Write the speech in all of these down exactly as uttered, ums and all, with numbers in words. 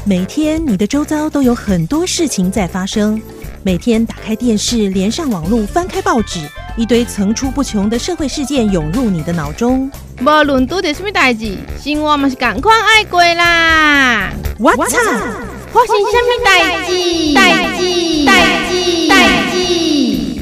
每天你的周遭都有很多事情在发生，每天打开电视，连上网路，翻开报纸，一堆层出不穷的社会事件涌入你的脑中。 无论拄着什么代志，生活嘛是同款爱过啦。 What？ 发生什么代志？代志？代志？代志？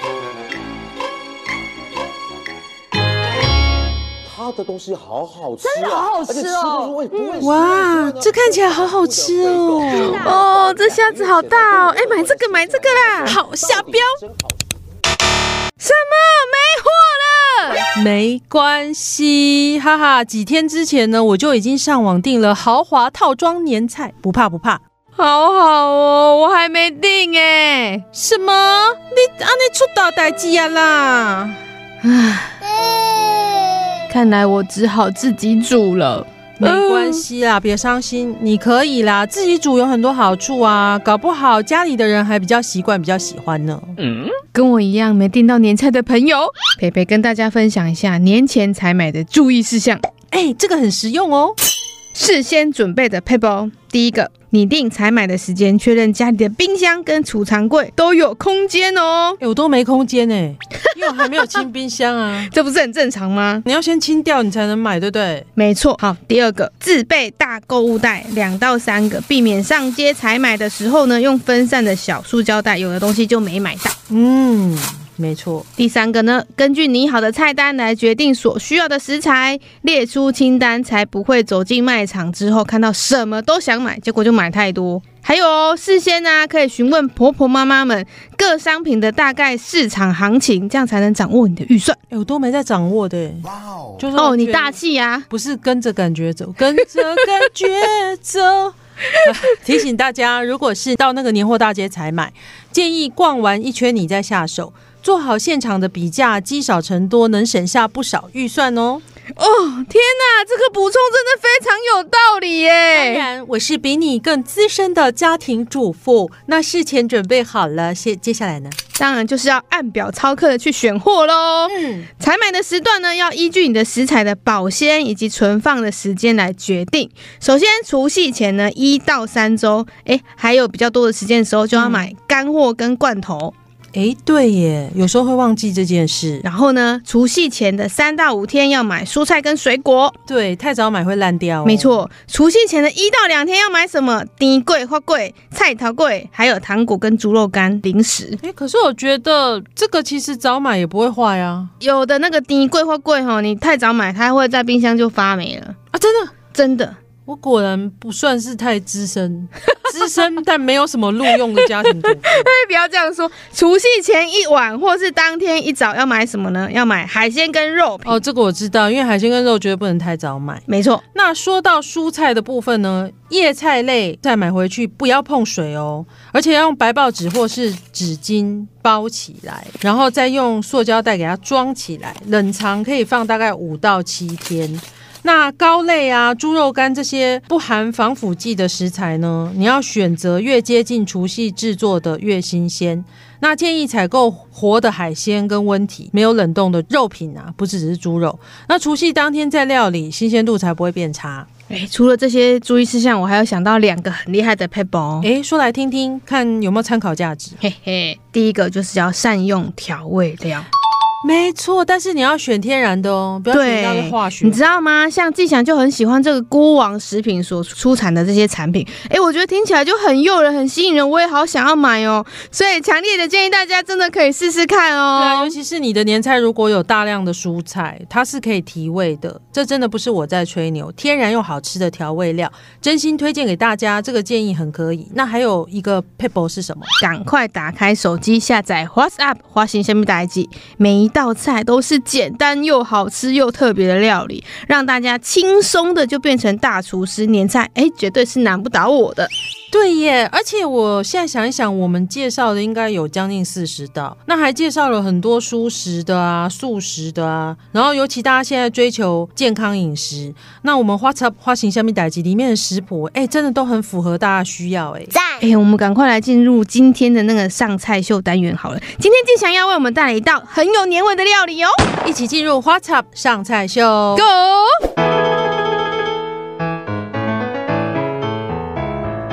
它的东西好好吃、啊， 真的好好吃哦！ 嗯、 哇，这看起来好好吃哦！ 哦，这虾子好大哦！哎，买这个，买这个啦！ 好，下标。 什么？没货了？ 没关系，哈哈！几天之前呢，我就已经上网订了豪华套装年菜，不怕不怕。 好好哦，我还没订哎。 什么？你安尼出大代志啊啦！ 唉。看来我只好自己煮了。 没关系啦，别伤心，你可以啦，自己煮有很多好处啊，搞不好家里的人还比较习惯，比较喜欢呢。 嗯，跟我一样没订到年菜的朋友，佩佩跟大家分享一下年前采买的注意事项。 哎，这个很实用哦。 事先准备的配包，第一个，拟定采买的时间，确认家里的冰箱跟储藏柜都有空间哦。 哎，我都没空间哎，因为我还没有清冰箱啊。 这不是很正常吗？ 你要先清掉，你才能买，对不对？ 没错。好，第二个，自备大购物袋两到三个，避免上街采买的时候呢，用分散的小塑胶袋，有的东西就没买到。 嗯。没错。 第三个呢，根据拟好的菜单来决定所需要的食材，列出清单，才不会走进卖场之后看到什么都想买，结果就买太多。还有哦，事先啊可以询问婆婆妈妈们各商品的大概市场行情，这样才能掌握你的预算。 哎，我都没在掌握的。哇哦，就是哦，你大气啊！ 不是跟着感觉走，跟着感觉走。提醒大家，如果是到那个年货大街采买，建议逛完一圈你再下手，做好现场的比价，积少成多，能省下不少预算哦。 哦，天哪，这个补充真的非常有道理耶！ 当然，我是比你更资深的家庭主妇，那事前准备好了，接接下来呢？ 当然就是要按表操课的去选货咯。嗯，采买的时段呢，要依据你的食材的保鲜以及存放的时间来决定。首先，除夕前呢，一到三周，哎，还有比较多的时间的时候，就要买干货跟罐头。 哎，对耶，有时候会忘记这件事。 然后呢，除夕前的三到五天要买蔬菜跟水果。 对，太早买会烂掉哦。 没错，除夕前的一到两天要买什么？甜粿、花粿、菜头粿，还有糖果跟猪肉干零食。 哎，可是我觉得这个其实早买也不会坏啊。 有的那个甜粿、花粿哈，你太早买，它会在冰箱就发霉了啊！真的， 真的。 我果然不算是太资深，资深但没有什么录用的家庭主妇。 不要这样说，除夕前一晚或是当天一早要买什么呢？要买海鲜跟肉品。 哦，这个我知道，因为海鲜跟肉绝对不能太早买。 没错。 那说到蔬菜的部分呢，叶菜类再买回去不要碰水哦，而且要用白报纸或是纸巾包起来，然后再用塑胶袋给它装起来，冷藏可以放大概五到七天。那糕类啊、猪肉干这些不含防腐剂的食材呢，你要选择越接近除夕制作的越新鲜。那建议采购活的海鲜跟温体，没有冷冻的肉品啊，不只是猪肉。那除夕当天再料理，新鲜度才不会变差。 欸、除了这些注意事项，我还有想到两个很厉害的撇步。 哎，说来听听，看有没有参考价值。 嘿嘿，第一个就是要善用调味料。 没错，但是你要选天然的哦，不要选到的化学。 你知道吗？像季祥就很喜欢这个锅王食品所出产的这些产品，哎，我觉得听起来就很诱人、很吸引人，我也好想要买哦。所以强烈的建议大家真的可以试试看哦。 对啊，尤其是你的年菜如果有大量的蔬菜，它是可以提味的。这真的不是我在吹牛，天然又好吃的调味料，真心推荐给大家。这个建议很可以。那还有一个撇步是什么？ 赶快打开手机下载 WhatsApp 花型虾米代志，每一道菜都是简单又好吃又特别的料理，让大家轻松的就变成大厨师。年菜哎，绝对是难不倒我的。 对耶，而且我现在想一想，我们介绍的应该有将近四十道，那还介绍了很多蔬食的啊、素食的啊，然后尤其大家现在追求健康饮食，那我们花茶花型虾米代志里面的食谱，哎，真的都很符合大家需要哎。 哎，我们赶快来进入今天的那个上菜秀单元好了。今天季祥要为我们带来一道很有年味的料理哦， 一起进入花茶上菜秀 ，Go！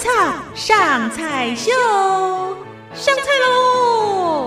草上菜秀，上菜喽！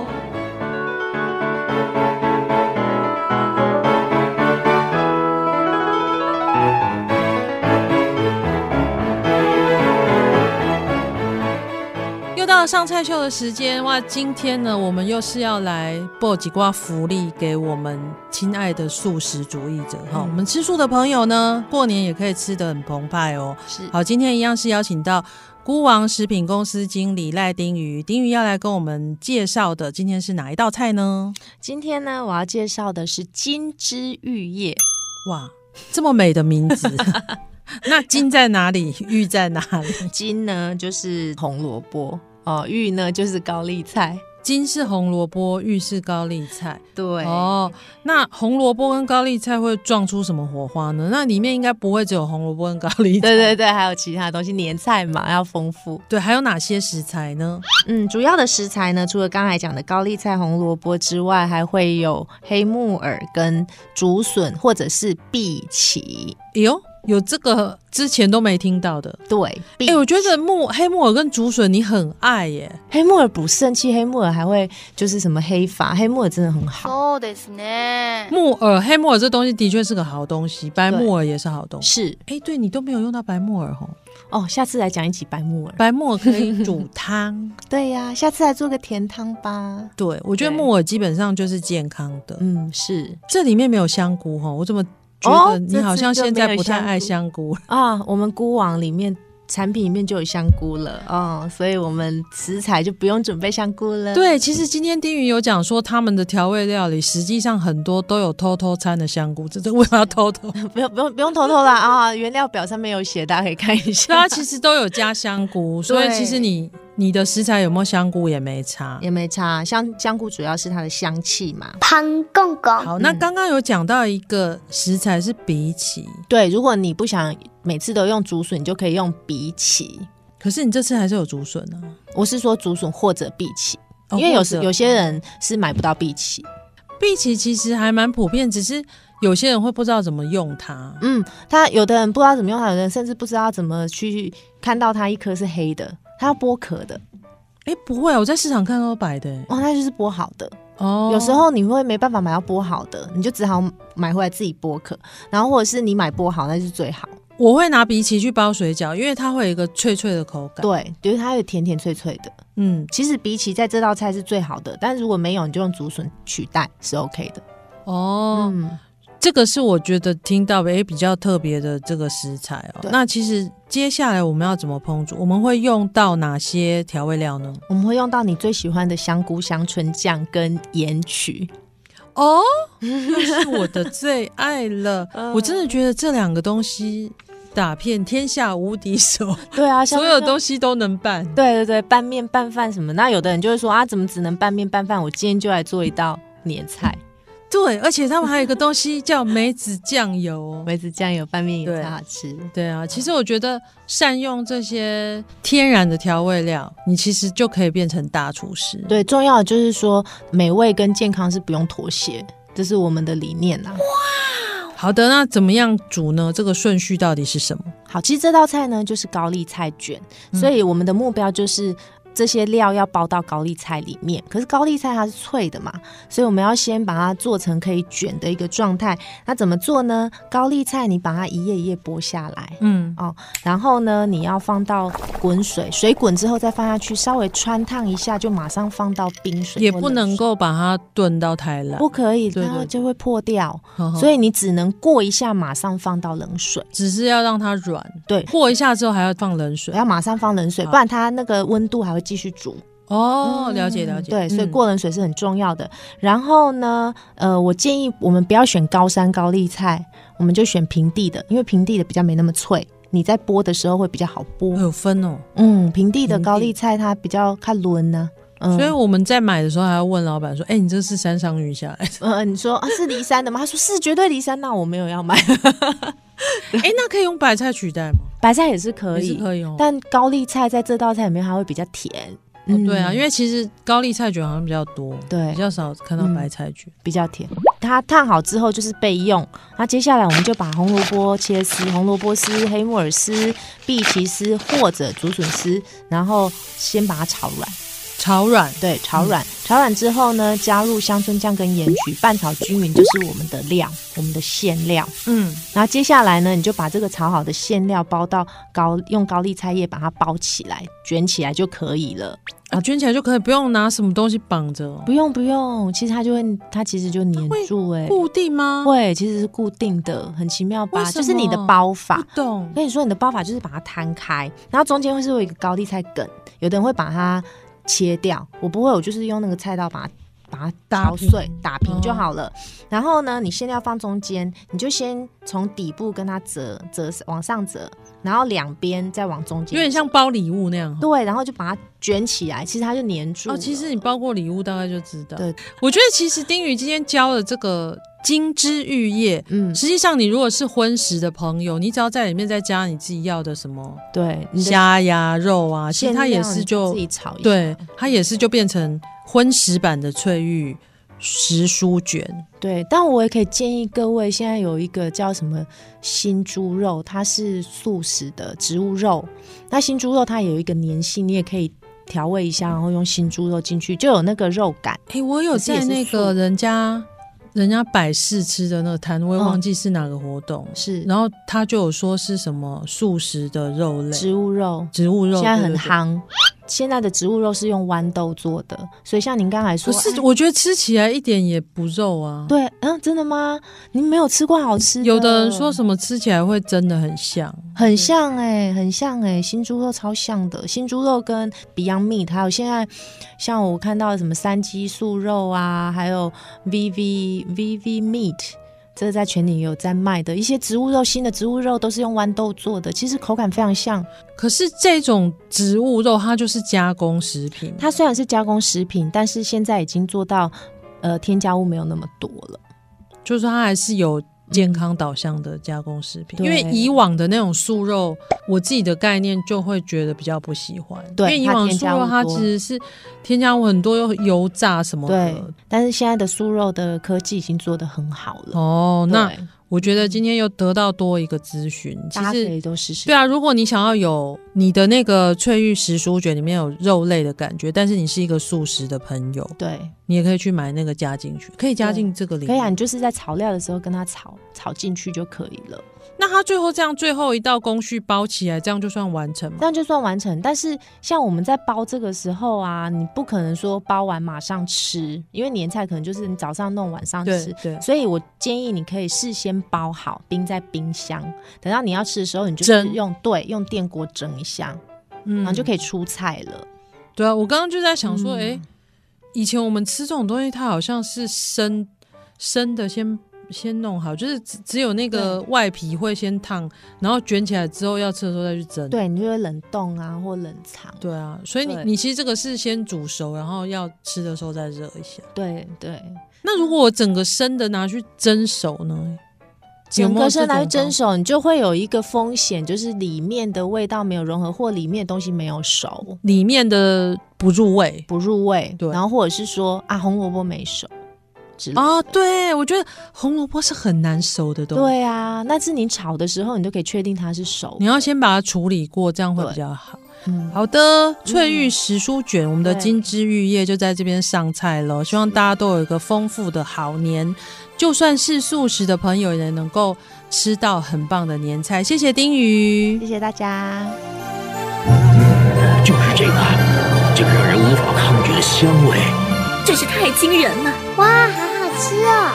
到了上菜秀的时间哇！今天呢，我们又是要来播几挂福利给我们亲爱的素食主义者哈、嗯。我们吃素的朋友呢，过年也可以吃得很澎湃哦。 是好，今天一样是邀请到菇王食品公司经理赖丁瑜，丁瑜要来跟我们介绍的，今天是哪一道菜呢？ 今天呢，我要介绍的是金枝玉叶。 哇，这么美的名字！那金在哪里？玉在哪里？ 金呢，就是红萝卜。哦，玉呢就是高丽菜， 金是红萝卜，玉是高丽菜。 对哦，那红萝卜跟高丽菜会撞出什么火花呢？那里面应该不会只有红萝卜跟高丽菜。 对对对，还有其他东西，年菜嘛，要丰富。 对，还有哪些食材呢？ 嗯，主要的食材呢，除了刚才讲的高丽菜、红萝卜之外，还会有黑木耳跟竹笋或者是荸荠。 哎呦，有这个之前都没听到的。 对， 哎、欸，我觉得木黑木耳跟竹笋你很爱耶。 黑木耳补肾气，黑木耳还会就是什么黑发，黑木耳真的很好。 そうですね。 木耳黑木耳这东西的确是个好东西，白木耳也是好东西。 是， 哎、欸，对你都没有用到白木耳吼。 哦，下次来讲一集白木耳。 白木耳可以煮汤。 对呀、啊，下次来做个甜汤吧。 对，我觉得木耳基本上就是健康的。 嗯，是。 这里面没有香菇哈，我怎么觉得你好像现在不太爱香菇、 哦、啊？我们菇王里面产品里面就有香菇了哦，所以我们食材就不用准备香菇了。 对，其实今天丁瑜有讲说他们的调味料里实际上很多都有偷偷掺的香菇，这这为什么要偷偷？ 不用不用不用偷偷啦啊！原料表上面有写，大家可以看一下。 对，它其实都有加香菇，所以其实你你的食材有没有香菇也没差， 也没差。香香菇主要是它的香气嘛。 pan 公公。 好，那刚刚有讲到一个食材是荸荠， 对，如果你不想每次都用竹笋，你就可以用荸荠。 可是你这次还是有竹笋啊？ 我是说竹笋或者荸荠、哦，因为有时有些人是买不到荸荠。 荸荠其实还蛮普遍，只是有些人会不知道怎么用它。 嗯，他有的人不知道怎么用它，有的人甚至不知道怎么去看到它一颗是黑的，它要剥壳的。 哎、欸，不会，我在市场看到白的。 哦，那就是剥好的。 哦， 有时候你会没办法买到剥好的，你就只好买回来自己剥壳，然后或者是你买剥好，那是最好。 我会拿荸荠去包水饺，因为它会有一个脆脆的口感。 对，就是它有甜甜脆脆的。嗯，其实荸荠在这道菜是最好的，但是如果没有，你就用竹笋取代是 OK 的。 哦，嗯，这个是我觉得听到诶比较特别的这个食材哦。那其实接下来我们要怎么烹煮？我们会用到哪些调味料呢？ 我们会用到你最喜欢的香菇、香椿酱跟盐曲。 哦，又是我的最爱了。我真的觉得这两个东西打遍天下无敌手。 对啊， 所有东西都能拌。 对对对，拌面拌饭什么，那有的人就会说啊，怎么只能拌面拌饭？我今天就来做一道年菜。 对，而且他们还有一个东西叫梅子酱油。 梅子酱油拌面也超好吃。 对，对啊，其实我觉得善用这些天然的调味料，你其实就可以变成大厨师。 对，重要的就是说美味跟健康是不用妥协，这是我们的理念啊。 哇，好的，那怎么样煮呢？这个顺序到底是什么？ 好，其实这道菜呢就是高丽菜卷，嗯，所以我们的目标就是这些料要包到高丽菜里面，可是高丽菜它是脆的嘛，所以我们要先把它做成可以卷的一个状态。那怎么做呢？高丽菜你把它一页一页剥下来，嗯哦，然后呢你要放到滚水，水滚之后再放下去，稍微汆烫一下，就马上放到冰水， 也不能够把它炖到太烂， 不可以，它就会破掉。呵呵，所以你只能过一下，马上放到冷水， 只是要让它软。 对， 过一下之后还要放冷水， 要马上放冷水，不然它那个温度还会继续煮。 哦，了解了解。 对，所以过冷水是很重要的。嗯，然后呢，呃，我建议我们不要选高山高丽菜，我们就选平地的，因为平地的比较没那么脆，你在剥的时候会比较好剥。 有分哦。 嗯，平地的高丽菜它比较看轮呢。 嗯，所以我们在买的时候还要问老板说：“哎，欸，你这是山上运下来的？” 呃，你说，啊，是梨山的吗？他说是绝对梨山，那我没有要买。 哎，欸，那可以用白菜取代吗？ 白菜也是可以， 也是可以哦。 但高丽菜在这道菜里面它会比较甜。 哦，对啊，因为其实高丽菜卷好像比较多， 对， 比较少看到白菜卷， 嗯，比较甜。 它烫好之后就是备用。那接下来我们就把红萝卜切丝，红萝卜丝、黑木耳丝、荸荠丝或者竹笋丝，然后先把它炒软。 炒软， 对，炒软、嗯，炒软之后呢，加入香椿酱跟盐曲，拌炒均匀，就是我们的料，我们的馅料。嗯，然后接下来呢，你就把这个炒好的馅料包到高，用高丽菜叶把它包起来，卷起来就可以了。 啊，卷起来就可以，不用拿什么东西绑着、哦。 不用不用，其实它就会，它其实就粘住、欸，哎， 固定吗？ 会，其实是固定的，很奇妙吧？就是你的包法。 不懂。 跟你说，你的包法就是把它摊开，然后中间会是有一个高丽菜梗，有的人会把它切掉，我不会，我就是用那个菜刀把它把它敲碎打平就好了、哦、然后呢你馅料放中间，你就先从底部跟它折折往上折，然后两边再往中间， 有点像包礼物那样。 对，然后就把它卷起来，其实它就粘住了。 哦，其实你包过礼物大概就知道。 对， 我觉得其实丁宇今天教的这个金枝玉叶，嗯，实际上你如果是荤食的朋友，你只要在里面再加你自己要的什么， 对， 虾呀、肉啊，其实它也是就自己炒一下， 对，它也是就变成荤食版的翠玉时蔬卷。 对，但我也可以建议各位，现在有一个叫什么新猪肉，它是素食的植物肉，那新猪肉它也有一个粘性，你也可以调味一下，然后用新猪肉进去，就有那个肉感。 哎、欸，我有在那个人家人家百事吃的那个摊，我也忘记是哪个活动、嗯、是，然后他就有说是什么素食的肉类， 植物肉， 植物肉现在很夯。现在的植物肉是用豌豆做的，所以像您刚才说， 不是，我觉得吃起来一点也不肉啊。 对，嗯，真的吗？你没有吃过好吃的？ 有的人说什么吃起来会真的很像， 很像哎、欸，很像哎、欸，新猪肉超像的。新猪肉跟 Beyond Meat， 还有现在像我看到的什么三基素肉啊，还有 V V V V Meat。这个在全年有在卖的一些植物肉，新的植物肉都是用豌豆做的，其实口感非常像。 可是这种植物肉它就是加工食品， 它虽然是加工食品，但是现在已经做到呃添加物没有那么多了， 就是它还是有健康导向的加工食品、嗯、因为以往的那种素肉，我自己的概念就会觉得比较不喜欢。对，因为以往素肉它其实是添加物很多，又油炸什么的。 对，但是现在的素肉的科技已经做得很好了。 哦，那我觉得今天又得到多一个资讯， 大家可以都试试。 对啊，如果你想要有你的那个翠玉时蔬卷里面有肉类的感觉，但是你是一个素食的朋友， 对， 你也可以去买那个加进去，可以加进这个里面。 可以啊，你就是在炒料的时候跟它炒炒进去就可以了。 那它最后这样最后一道工序包起来，这样就算完成吗？ 这样就算完成。但是像我们在包这个时候啊，你不可能说包完马上吃，因为年菜可能就是你早上弄晚上吃。 对对。 所以我建议你可以事先包好，冰在冰箱，等到你要吃的时候，你就是用对用电锅蒸一下，嗯，然后就可以出菜了。 对啊，我刚刚就在想说，哎、嗯欸，以前我们吃这种东西，它好像是生生的先。先弄好，就是 只, 只有那个外皮会先烫，然后卷起来之后要吃的时候再去蒸。对， 你就会冷冻啊或冷藏。 对啊，所以你你其实这个是先煮熟，然后要吃的时候再热一下。 对对。 那如果我整个生的拿去蒸熟呢？ 整个生拿去蒸熟，你就会有一个风险，就是里面的味道没有融合，或里面的东西没有熟， 里面的不入味， 不入味。对，然后或者是说啊，红萝卜没熟。 哦，对，我觉得红萝卜是很难熟的东西。 对啊，那是你炒的时候，你都可以确定它是熟的。 你要先把它处理过，这样会比较好。嗯，好的，翠玉时蔬卷、嗯，我们的金枝玉叶就在这边上菜了。希望大家都有一个丰富的好年，就算是素食的朋友也能够吃到很棒的年菜。谢谢丁瑜， 谢谢大家。 就是这个，这个让人无法抗拒的香味。 真是太惊人了！哇，好好吃哦！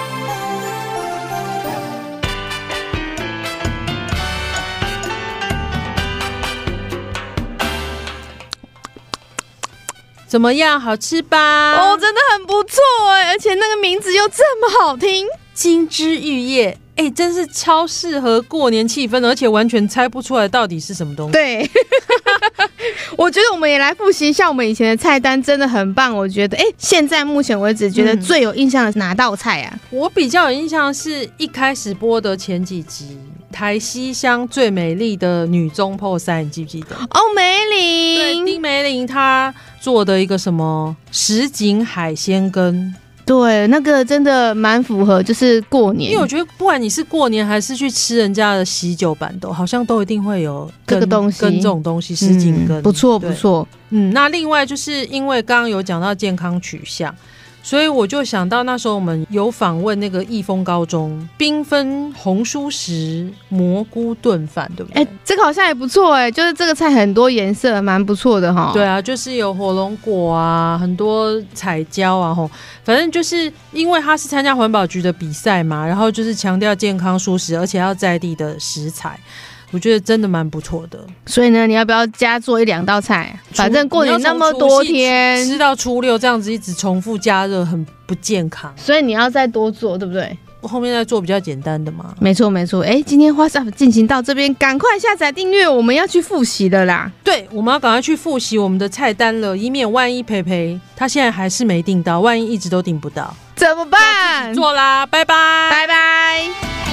怎么样，好吃吧？ 哦，真的很不错哎，而且那个名字又这么好听， 金枝玉叶。哎、欸，真是超适合过年气氛的，而且完全猜不出来到底是什么东西。 对，我觉得我们也来复习一下我们以前的菜单，真的很棒。我觉得，哎、欸，现在目前为止觉得最有印象的是哪道菜啊？ 嗯、我比较有印象的是一开始播的前几集，台西乡最美丽的女中破赛，你记不记得？ 哦，梅林， 对，丁梅林她做的一个什么什锦海鲜羹。 对，那个真的蛮符合，就是过年。 因为我觉得不管你是过年还是去吃人家的喜酒板豆，好像都一定会有这个东西， 跟这种东西什锦羹、 嗯，不错不错。 嗯，那另外就是因为刚刚有讲到健康取向。所以我就想到那时候我们有访问那个益丰高中缤纷红蔬食蘑菇炖饭，对不对？ 哎、欸，这个好像也不错哎、欸，就是这个菜很多颜色，蛮不错的哈。 对啊，就是有火龙果啊，很多彩椒啊，吼，反正就是因为他是参加环保局的比赛嘛，然后就是强调健康蔬食，而且要在地的食材。我觉得真的蛮不错的， 所以呢，你要不要加做一两道菜？反正过年那么多天， 吃到初六这样子一直重复加热，很不健康。 所以你要再多做，对不对？ 我后面再做比较简单的嘛。 没错没错。哎，今天 WhatsApp 进行到这边，赶快下载订阅，我们要去复习了啦。 对，我们要赶快去复习我们的菜单了，以免万一培培他现在还是没订到，万一一直都订不到， 怎么办？ 做啦，拜拜， 拜拜。